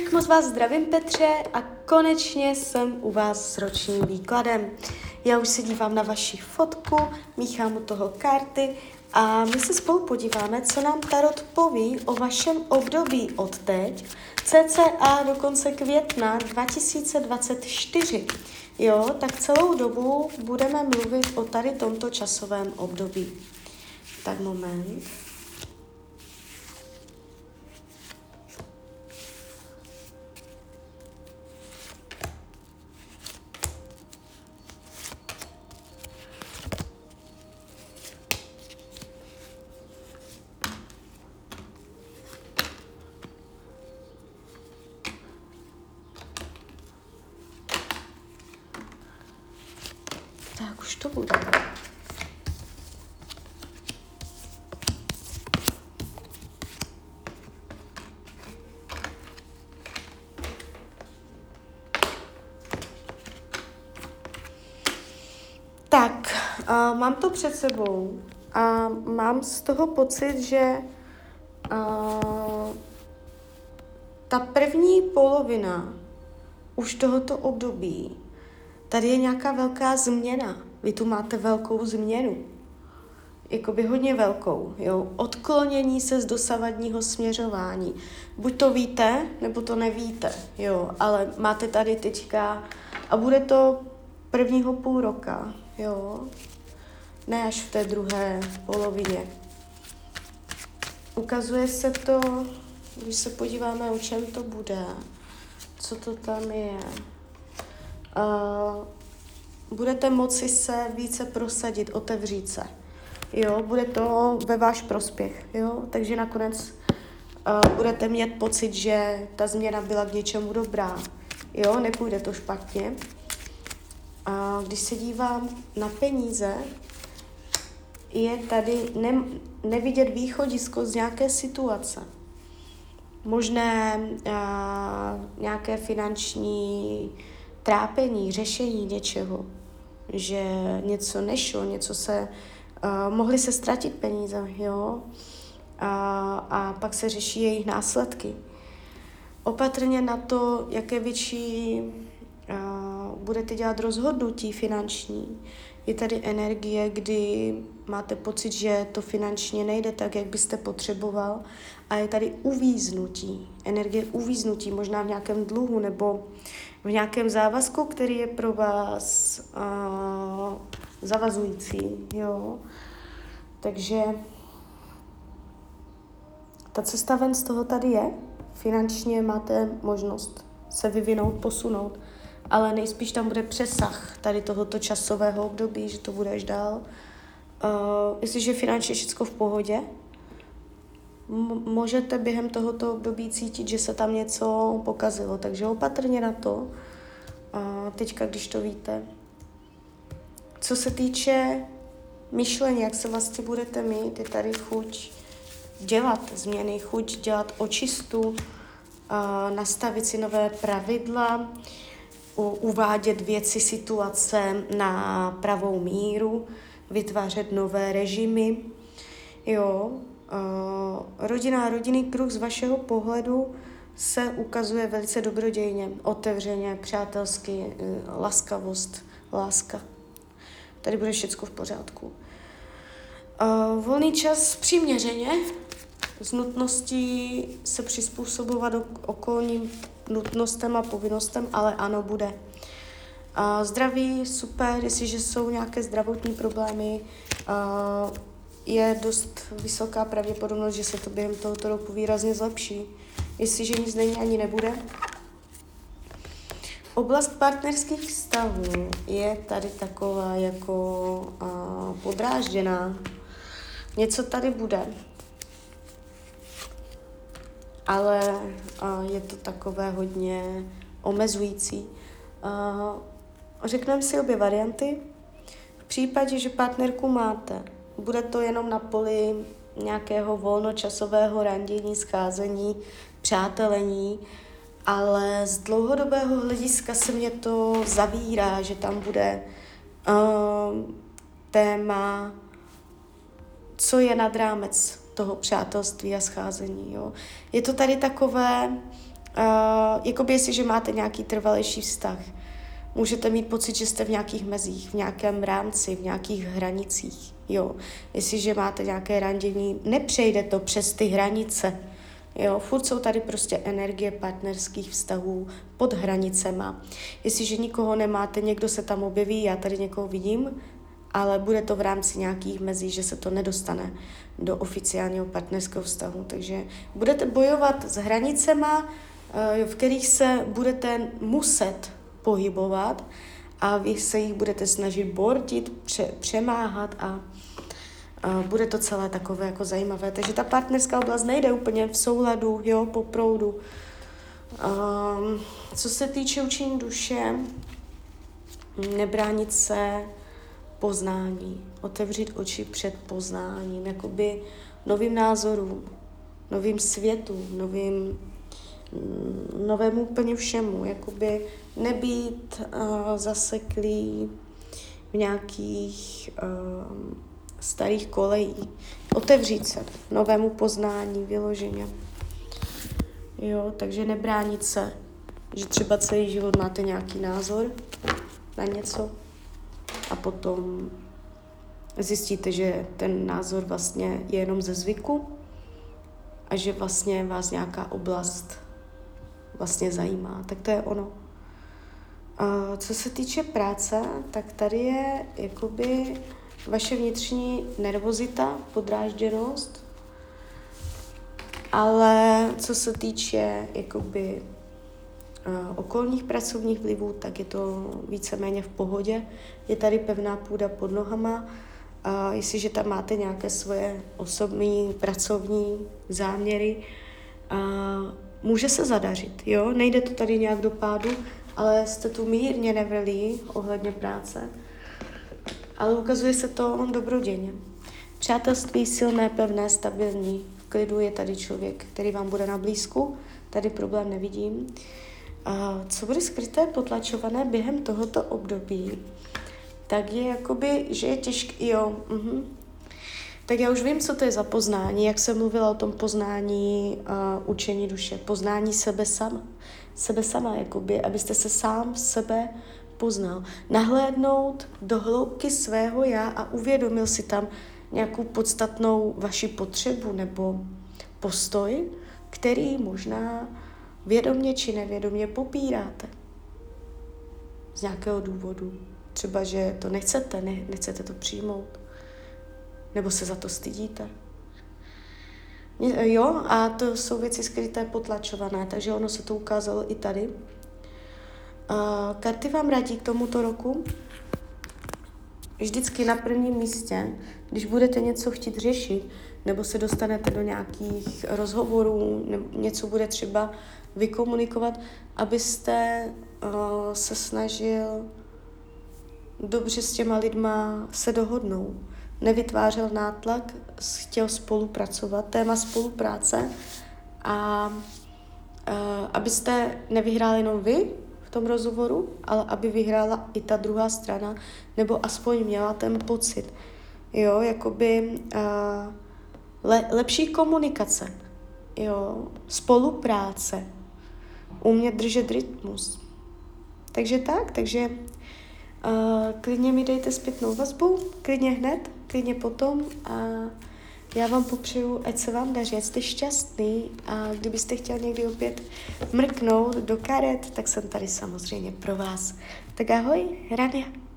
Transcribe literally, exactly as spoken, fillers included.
Tak moc vás zdravím, Petře, a konečně jsem u vás s ročním výkladem. Já už se dívám na vaši fotku, míchám u toho karty a my se spolu podíváme, co nám Tarot poví o vašem období od teď, cca do konce května dva tisíce dvacet čtyři. Jo, tak celou dobu budeme mluvit o tady tomto časovém období. Tak moment. Tak už to bude. Tak, uh, mám to před sebou a mám z toho pocit, že uh, ta první polovina už tohoto období, tady je nějaká velká změna. Vy tu máte velkou změnu. Jakoby hodně velkou, jo. Odklonění se z dosavadního směřování. Buď to víte, nebo to nevíte, jo. Ale máte tady teďka, a bude to prvního půl roka, jo. Ne až v té druhé polovině. Ukazuje se to, když se podíváme, o čem to bude, co to tam je. Uh, budete moci se více prosadit, otevřít se. Jo, bude to ve váš prospěch, jo, takže nakonec uh, budete mít pocit, že ta změna byla k něčemu dobrá, jo, nepůjde to špatně. A když se dívám na peníze, je tady ne, nevidět východisko z nějaké situace. Možné uh, nějaké finanční trápení, řešení něčeho, že něco nešlo, něco se, uh, mohly se ztratit peníze, jo, a, a pak se řeší jejich následky. Opatrně na to, jaké větší uh, budete dělat rozhodnutí finanční. Je tady energie, kdy máte pocit, že to finančně nejde tak, jak byste potřeboval, a je tady uvíznutí, energie uvíznutí, možná v nějakém dluhu nebo v nějakém závazku, který je pro vás uh, zavazující, jo. Takže ta cesta ven z toho tady je. Finančně máte možnost se vyvinout, posunout, ale nejspíš tam bude přesah tady tohoto časového období, že to bude až dál. Uh, jestliže finančně je všechno v pohodě, m- můžete během tohoto období cítit, že se tam něco pokazilo, takže opatrně na to, uh, teďka, když to víte. Co se týče myšlení, jak se vlastně budete mít, je tady chuť dělat změny, chuť dělat očistu, uh, nastavit si nové pravidla, uvádět věci, situace na pravou míru, vytvářet nové režimy. Jo, uh, rodina a rodinný kruh z vašeho pohledu se ukazuje velice dobrodějně, otevřeně, přátelsky, uh, laskavost, láska. Tady bude všechno v pořádku. Uh, volný čas přiměřeně, s nutností se přizpůsobovat okolním nutnostem a povinnostem, ale ano, bude. Uh, zdraví, super, jestliže jsou nějaké zdravotní problémy, uh, je dost vysoká pravděpodobnost, že se to během tohoto roku výrazně zlepší. Jestliže nic není, ani nebude. Oblast partnerských vztahů je tady taková jako uh, podrážděná. Něco tady bude. Ale uh, je to takové hodně omezující. Uh, řekneme si obě varianty. V případě, že partnerku máte, bude to jenom na poli nějakého volnočasového randění, scházení, přátelení, ale z dlouhodobého hlediska se mě to zavírá, že tam bude uh, téma, co je nad rámec toho přátelství a scházení. Jo. Je to tady takové Uh, jakoby jestliže máte nějaký trvalejší vztah, můžete mít pocit, že jste v nějakých mezích, v nějakém rámci, v nějakých hranicích. Jo, jestliže máte nějaké randění, nepřejde to přes ty hranice. Jo, furt jsou tady prostě energie partnerských vztahů pod hranicema. Jestliže nikoho nemáte, někdo se tam objeví, já tady někoho vidím, ale bude to v rámci nějakých mezí, že se to nedostane do oficiálního partnerského vztahu. Takže budete bojovat s hranicema, v kterých se budete muset pohybovat a vy se jich budete snažit bortit, pře- přemáhat a, a bude to celé takové jako zajímavé. Takže ta partnerská oblast nejde úplně v souladu, jo, po proudu. Um, co se týče učení duše, nebránit se poznání, otevřít oči před poznáním, jakoby novým názorům, novým světům, novým novému úplně všemu, jakoby nebýt uh, zaseklý v nějakých uh, starých kolejích, otevřít se novému poznání, vyloženě. Jo, takže nebránit se, že třeba celý život máte nějaký názor na něco a potom zjistíte, že ten názor vlastně je jenom ze zvyku a že vlastně vás nějaká oblast vlastně zajímá, tak to je ono. A co se týče práce, tak tady je jakoby vaše vnitřní nervozita, podrážděnost, ale co se týče jakoby uh, okolních pracovních vlivů, tak je to víceméně v pohodě. Je tady pevná půda pod nohama, a jestliže tam máte nějaké svoje osobní, pracovní záměry, uh, může se zadařit, jo? Nejde to tady nějak do pádu, ale jste tu mírně nevrlí ohledně práce. Ale ukazuje se to dobrodějně. Přátelství silné, pevné, stabilní. V klidu je tady člověk, který vám bude na blízku. Tady problém nevidím. A co bude skryté, potlačované během tohoto období, tak je jakoby, že je těžké, jo, uh-huh. Tak já už vím, co to je za poznání, jak jsem mluvila o tom poznání uh, učení duše, poznání sebe sama, sebe sama, jakoby, abyste se sám sebe poznal. Nahlédnout do hloubky svého já a uvědomil si tam nějakou podstatnou vaši potřebu nebo postoj, který možná vědomě či nevědomě popíráte z nějakého důvodu. Třeba, že to nechcete, ne, nechcete to přijmout. Nebo se za to stydíte. Jo, a to jsou věci skryté, potlačované, takže ono se to ukázalo i tady. A karty vám radí k tomuto roku. Vždycky na prvním místě, když budete něco chtít řešit, nebo se dostanete do nějakých rozhovorů, nebo něco bude třeba vykomunikovat, abyste uh, se snažil dobře s těma lidma se dohodnout. Nevytvářel nátlak, chtěl spolupracovat, téma spolupráce a uh, abyste nevyhráli jenom vy v tom rozhovoru, ale aby vyhrála i ta druhá strana, nebo aspoň měla ten pocit. Jo, jakoby uh, le, lepší komunikace, jo, spolupráce, umět držet rytmus. Takže tak, takže Uh, klidně mi dejte zpětnou vazbu, klidně hned, klidně potom a já vám popřeju, ať se vám daří, ať jste šťastný a kdybyste chtěl někdy opět mrknout do karet, tak jsem tady samozřejmě pro vás. Tak ahoj, Rania.